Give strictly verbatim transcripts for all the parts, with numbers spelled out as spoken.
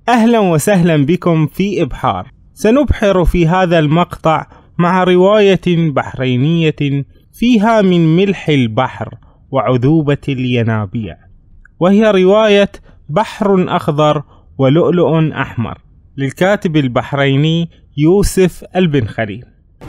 أهلا وسهلا بكم في إبحار. سنبحر في هذا المقطع مع رواية بحرينية فيها من ملح البحر وعذوبة الينابيع، وهي رواية بحر أخضر ولؤلؤ أحمر للكاتب البحريني يوسف البنخليل.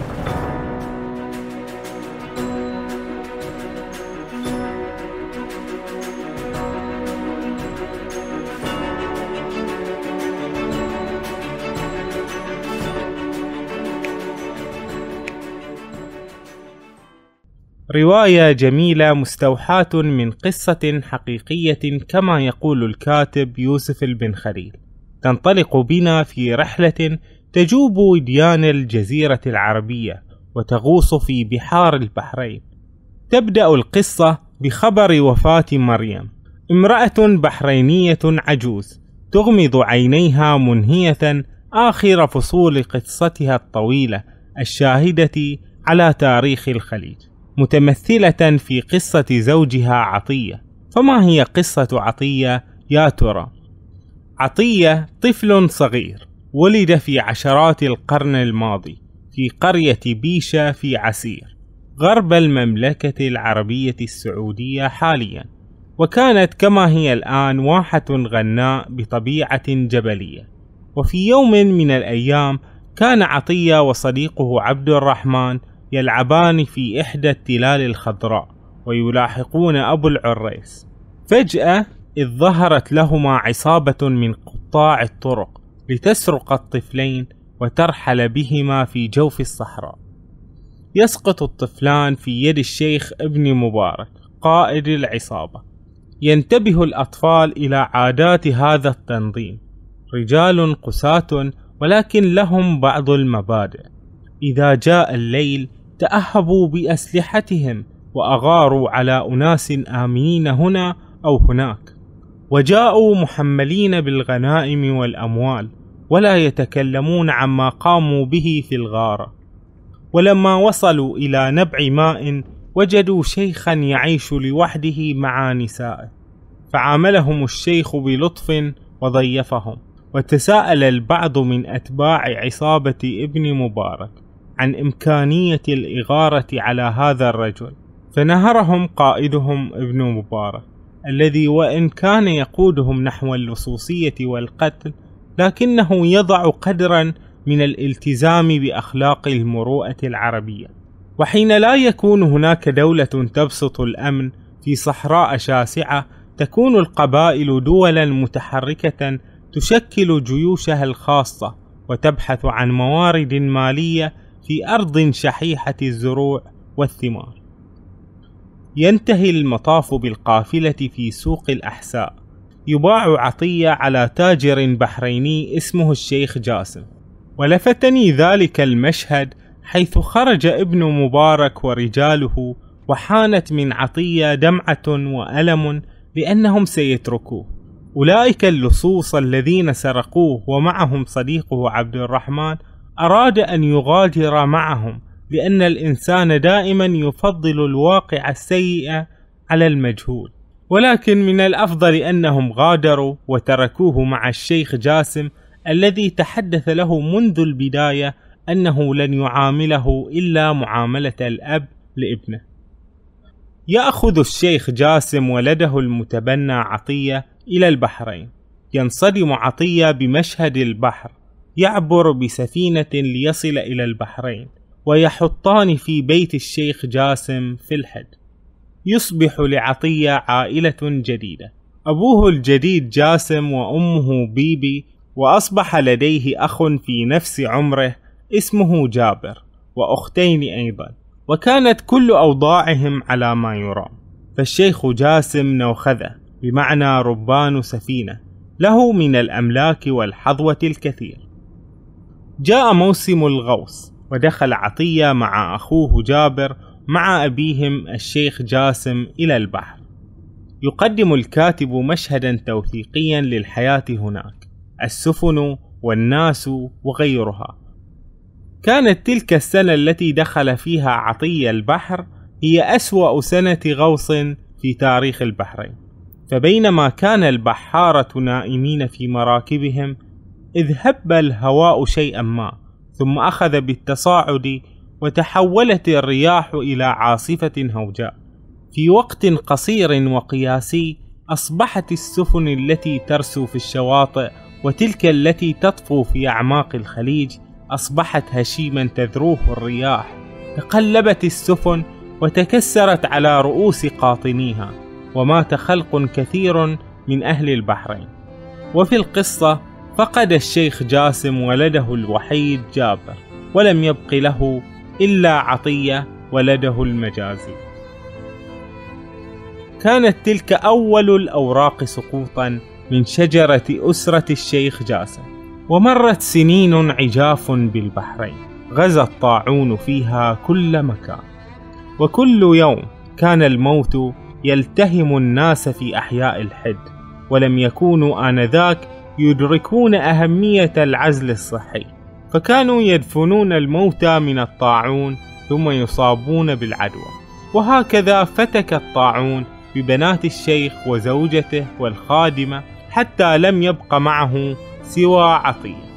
رواية جميلة مستوحاة من قصة حقيقية كما يقول الكاتب يوسف البنخليل، تنطلق بنا في رحلة تجوب وديان الجزيرة العربية وتغوص في بحار البحرين. تبدأ القصة بخبر وفاة مريم، امرأة بحرينية عجوز تغمض عينيها منهية آخر فصول قصتها الطويلة الشاهدة على تاريخ الخليج، متمثلة في قصة زوجها عطية. فما هي قصة عطية يا ترى؟ عطية طفل صغير ولد في عشرات القرن الماضي في قرية بيشة في عسير غرب المملكة العربية السعودية حاليا، وكانت كما هي الآن واحة غناء بطبيعة جبلية. وفي يوم من الأيام كان عطية وصديقه عبد الرحمن يلعبان في إحدى التلال الخضراء ويلاحقون أبو العريس. فجأة إذ ظهرت لهما عصابة من قطاع الطرق لتسرق الطفلين وترحل بهما في جوف الصحراء. يسقط الطفلان في يد الشيخ ابن مبارك قائد العصابة. ينتبه الأطفال إلى عادات هذا التنظيم، رجال قساة ولكن لهم بعض المبادئ. إذا جاء الليل تأهبوا بأسلحتهم وأغاروا على أناس آمنين هنا أو هناك، وجاءوا محملين بالغنائم والأموال ولا يتكلمون عما قاموا به في الغارة. ولما وصلوا إلى نبع ماء وجدوا شيخا يعيش لوحده مع نسائه، فعاملهم الشيخ بلطف وضيفهم. وتساءل البعض من أتباع عصابة ابن مبارك عن إمكانية الإغارة على هذا الرجل، فنهرهم قائدهم ابن مبارك الذي وإن كان يقودهم نحو اللصوصية والقتل لكنه يضع قدرا من الالتزام بأخلاق المروءة العربية. وحين لا يكون هناك دولة تبسط الأمن في صحراء شاسعة، تكون القبائل دولا متحركة تشكل جيوشها الخاصة وتبحث عن موارد مالية في أرض شحيحة الزروع والثمار. ينتهي المطاف بالقافلة في سوق الأحساء. يباع عطية على تاجر بحريني اسمه الشيخ جاسم. ولفتني ذلك المشهد حيث خرج ابن مبارك ورجاله، وحانت من عطية دمعة وألم لأنهم سيتركوه. أولئك اللصوص الذين سرقوه ومعهم صديقه عبد الرحمن أراد أن يغادر معهم، لأن الإنسان دائما يفضل الواقع السيء على المجهول. ولكن من الأفضل أنهم غادروا وتركوه مع الشيخ جاسم الذي تحدث له منذ البداية أنه لن يعامله إلا معاملة الأب لابنه. يأخذ الشيخ جاسم ولده المتبنى عطية إلى البحرين. ينصدم عطية بمشهد البحر، يعبر بسفينة ليصل إلى البحرين، ويحطان في بيت الشيخ جاسم في الحج. يصبح لعطية عائلة جديدة، أبوه الجديد جاسم وأمه بيبي، وأصبح لديه أخ في نفس عمره اسمه جابر، وأختين أيضا، وكانت كل أوضاعهم على ما يرام. فالشيخ جاسم نوخذة بمعنى ربان سفينة، له من الأملاك والحظوة الكثير. جاء موسم الغوص، ودخل عطية مع أخوه جابر مع أبيهم الشيخ جاسم إلى البحر. يقدم الكاتب مشهدا توثيقيا للحياة هناك، السفن والناس وغيرها. كانت تلك السنة التي دخل فيها عطية البحر هي أسوأ سنة غوص في تاريخ البحرين. فبينما كان البحارة نائمين في مراكبهم إذ هب الهواء شيئا ما ثم أخذ بالتصاعد، وتحولت الرياح إلى عاصفة هوجاء. في وقت قصير وقياسي أصبحت السفن التي ترسو في الشواطئ وتلك التي تطفو في أعماق الخليج أصبحت هشيما تذروه الرياح. تقلبت السفن وتكسرت على رؤوس قاطنيها، ومات خلق كثير من أهل البحرين. وفي القصة فقد الشيخ جاسم ولده الوحيد جابر، ولم يبق له إلا عطية ولده المجازي. كانت تلك أول الأوراق سقوطا من شجرة أسرة الشيخ جاسم. ومرت سنين عجاف بالبحرين، غزا الطاعون فيها كل مكان، وكل يوم كان الموت يلتهم الناس في أحياء الحد، ولم يكونوا آنذاك يدركون أهمية العزل الصحي، فكانوا يدفنون الموتى من الطاعون ثم يصابون بالعدوى. وهكذا فتك الطاعون ببنات الشيخ وزوجته والخادمة حتى لم يبق معه سوى عطية.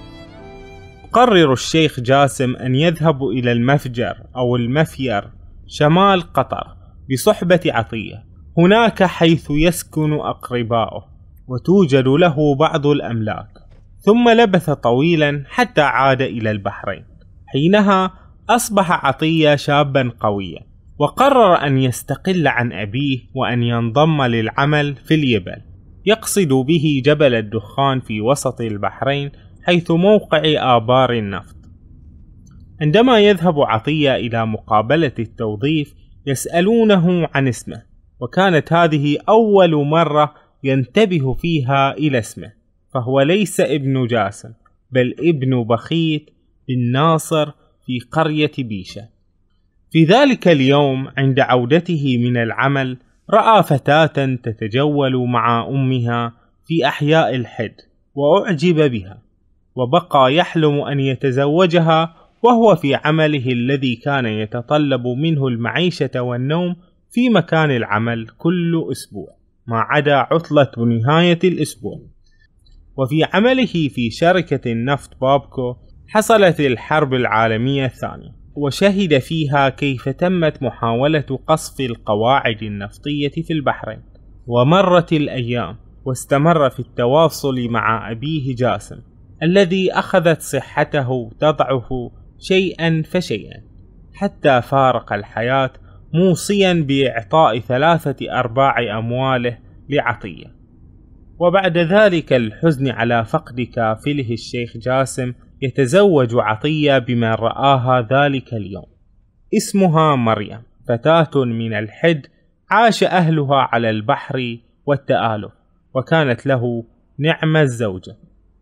قرر الشيخ جاسم أن يذهب إلى المفجر أو المفير شمال قطر بصحبة عطية، هناك حيث يسكن أقرباؤه وتوجد له بعض الأملاك. ثم لبث طويلا حتى عاد إلى البحرين. حينها أصبح عطية شابا قويا، وقرر أن يستقل عن أبيه وأن ينضم للعمل في اليبل، يقصد به جبل الدخان في وسط البحرين حيث موقع آبار النفط. عندما يذهب عطية إلى مقابلة التوظيف يسألونه عن اسمه، وكانت هذه أول مرة ينتبه فيها إلى اسمه، فهو ليس ابن جاسم بل ابن بخيت بن ناصر في قرية بيشة. في ذلك اليوم عند عودته من العمل رأى فتاة تتجول مع أمها في أحياء الحد وأعجب بها، وبقى يحلم أن يتزوجها وهو في عمله الذي كان يتطلب منه المعيشة والنوم في مكان العمل كل أسبوع ما عدا عطلة نهاية الأسبوع. وفي عمله في شركة النفط بابكو حصلت الحرب العالمية الثانية، وشهد فيها كيف تمت محاولة قصف القواعد النفطية في البحرين. ومرت الأيام واستمر في التواصل مع أبيه جاسم الذي أخذت صحته تضعف شيئا فشيئا حتى فارق الحياة، موصيا بإعطاء ثلاثة أرباع أمواله لعطية. وبعد ذلك الحزن على فقد كافله الشيخ جاسم يتزوج عطية بمن رآها ذلك اليوم. اسمها مريم، فتاة من الحد عاش أهلها على البحر والتآلف، وكانت له نعم الزوجة.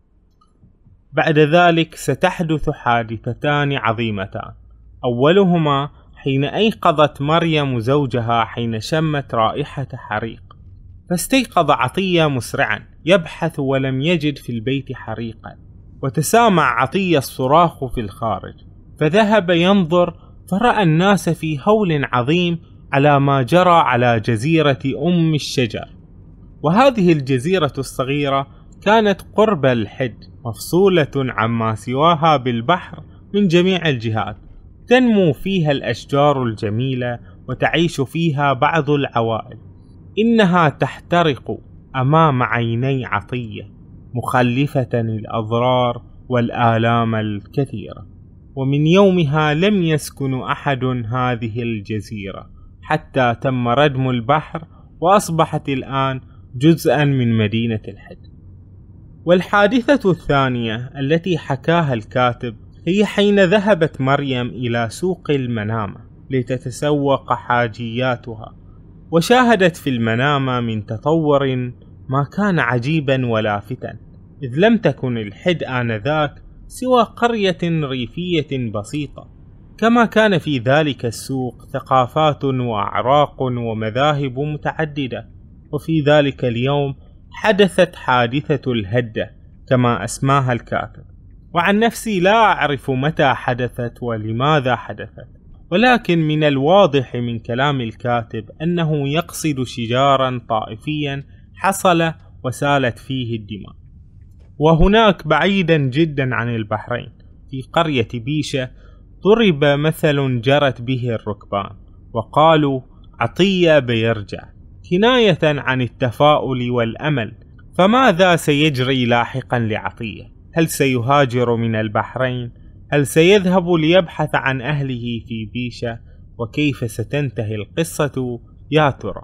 بعد ذلك ستحدث حادثتان عظيمتان، أولهما حين أيقظت مريم زوجها حين شمت رائحة حريق، فاستيقظ عطية مسرعا يبحث ولم يجد في البيت حريقا، وتسامع عطية الصراخ في الخارج، فذهب ينظر فرأى الناس في هول عظيم على ما جرى على جزيرة أم الشجر. وهذه الجزيرة الصغيرة كانت قرب الحد، مفصولة عما سواها بالبحر من جميع الجهات، تنمو فيها الأشجار الجميلة وتعيش فيها بعض العوائل. إنها تحترق أمام عيني عطية، مخلفة الأضرار والآلام الكثيرة. ومن يومها لم يسكن أحد هذه الجزيرة حتى تم ردم البحر، وأصبحت الآن جزءا من مدينة الحد. والحادثة الثانية التي حكاها الكاتب هي حين ذهبت مريم إلى سوق المنامة لتتسوق حاجياتها، وشاهدت في المنامة من تطور ما كان عجيبا ولافتا، إذ لم تكن الحد آنذاك سوى قرية ريفية بسيطة، كما كان في ذلك السوق ثقافات وأعراق ومذاهب متعددة. وفي ذلك اليوم حدثت حادثة الهدة كما أسماها الكاتب، وعن نفسي لا أعرف متى حدثت ولماذا حدثت، ولكن من الواضح من كلام الكاتب أنه يقصد شجارا طائفيا حصل وسالت فيه الدماء. وهناك بعيدا جدا عن البحرين في قرية بيشة ضرب مثل جرت به الركبان وقالوا عطية بيرجع، كناية عن التفاؤل والأمل. فماذا سيجري لاحقا لعطية؟ هل سيهاجر من البحرين؟ هل سيذهب ليبحث عن أهله في بيشة؟ وكيف ستنتهي القصة يا ترى؟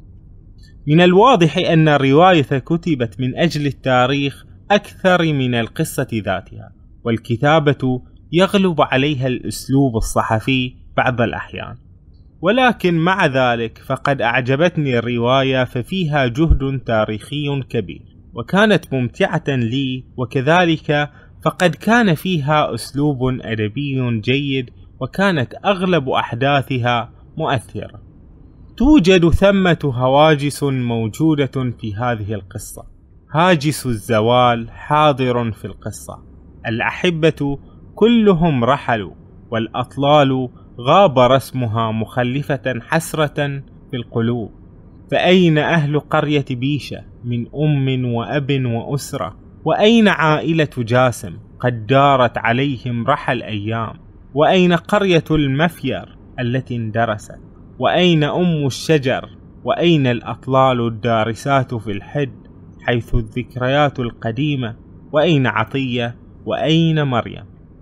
من الواضح أن الرواية كتبت من أجل التاريخ أكثر من القصة ذاتها، والكتابة يغلب عليها الأسلوب الصحفي بعض الأحيان. ولكن مع ذلك فقد أعجبتني الرواية، ففيها جهد تاريخي كبير وكانت ممتعة لي، وكذلك فقد كان فيها أسلوب أدبي جيد وكانت أغلب أحداثها مؤثرة. توجد ثمة هواجس موجودة في هذه القصة. هاجس الزوال حاضر في القصة، الأحبة كلهم رحلوا، والأطلال غاب رسمها مخلفة حسرة في القلوب. فأين أهل قرية بيشة من أم وأب وأسرة؟ وأين عائلة جاسم قد دارت عليهم رحى الأيام؟ وأين قرية المفير التي اندرست؟ وأين أم الشجر؟ وأين الأطلال الدارسات في الحد حيث الذكريات القديمة؟ وأين عطية؟ وأين مريم؟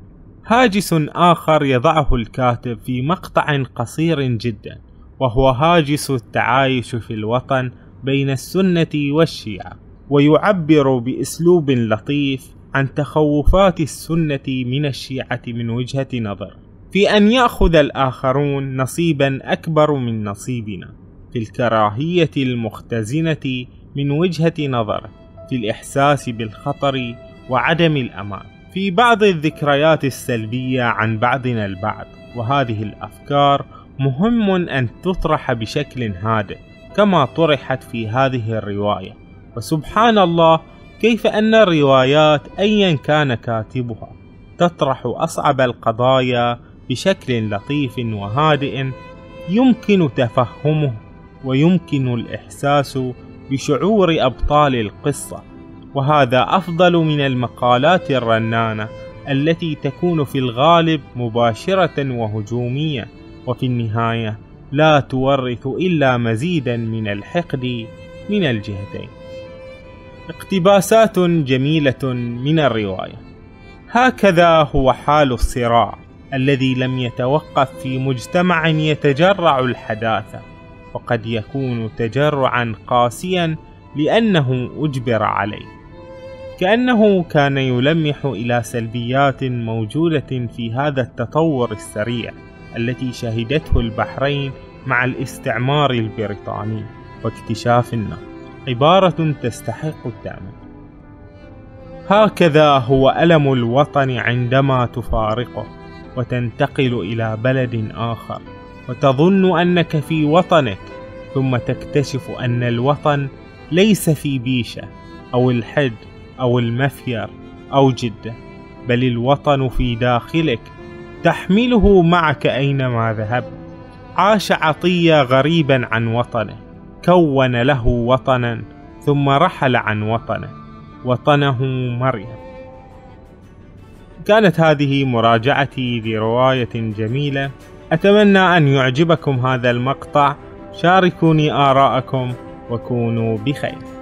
هاجس آخر يضعه الكاتب في مقطع قصير جدا، وهو هاجس التعايش في الوطن بين السنة والشيعة، ويعبر بأسلوب لطيف عن تخوفات السنة من الشيعة من وجهة نظر، في أن يأخذ الآخرون نصيبا أكبر من نصيبنا، في الكراهية المختزنة من وجهة نظره، في الإحساس بالخطر وعدم الأمان، في بعض الذكريات السلبية عن بعضنا البعض. وهذه الأفكار مهم أن تطرح بشكل هادئ كما طرحت في هذه الرواية. وسبحان الله كيف أن الروايات أيا كان كاتبها تطرح أصعب القضايا بشكل لطيف وهادئ يمكن تفهمه ويمكن الإحساس بشعور أبطال القصة. وهذا أفضل من المقالات الرنانة التي تكون في الغالب مباشرة وهجومية، وفي النهاية لا تورث إلا مزيدا من الحقد من الجهتين. اقتباسات جميلة من الرواية. هكذا هو حال الصراع الذي لم يتوقف في مجتمع يتجرع الحداثة، وقد يكون تجرعا قاسيا لأنه أجبر عليه، كأنه كان يلمح إلى سلبيات موجودة في هذا التطور السريع التي شهدته البحرين مع الاستعمار البريطاني واكتشاف النفط. عبارة تستحق التأمل. هكذا هو ألم الوطن عندما تفارقه وتنتقل إلى بلد آخر وتظن أنك في وطنك، ثم تكتشف أن الوطن ليس في بيشة أو الحد أو المفير أو جدة، بل الوطن في داخلك تحمله معك أينما ذهبت. عاش عطية غريبا عن وطنه، كون له وطنا ثم رحل عن وطنه، وطنه مريم. كانت هذه مراجعتي لرواية جميلة، أتمنى أن يعجبكم هذا المقطع. شاركوني آراءكم وكونوا بخير.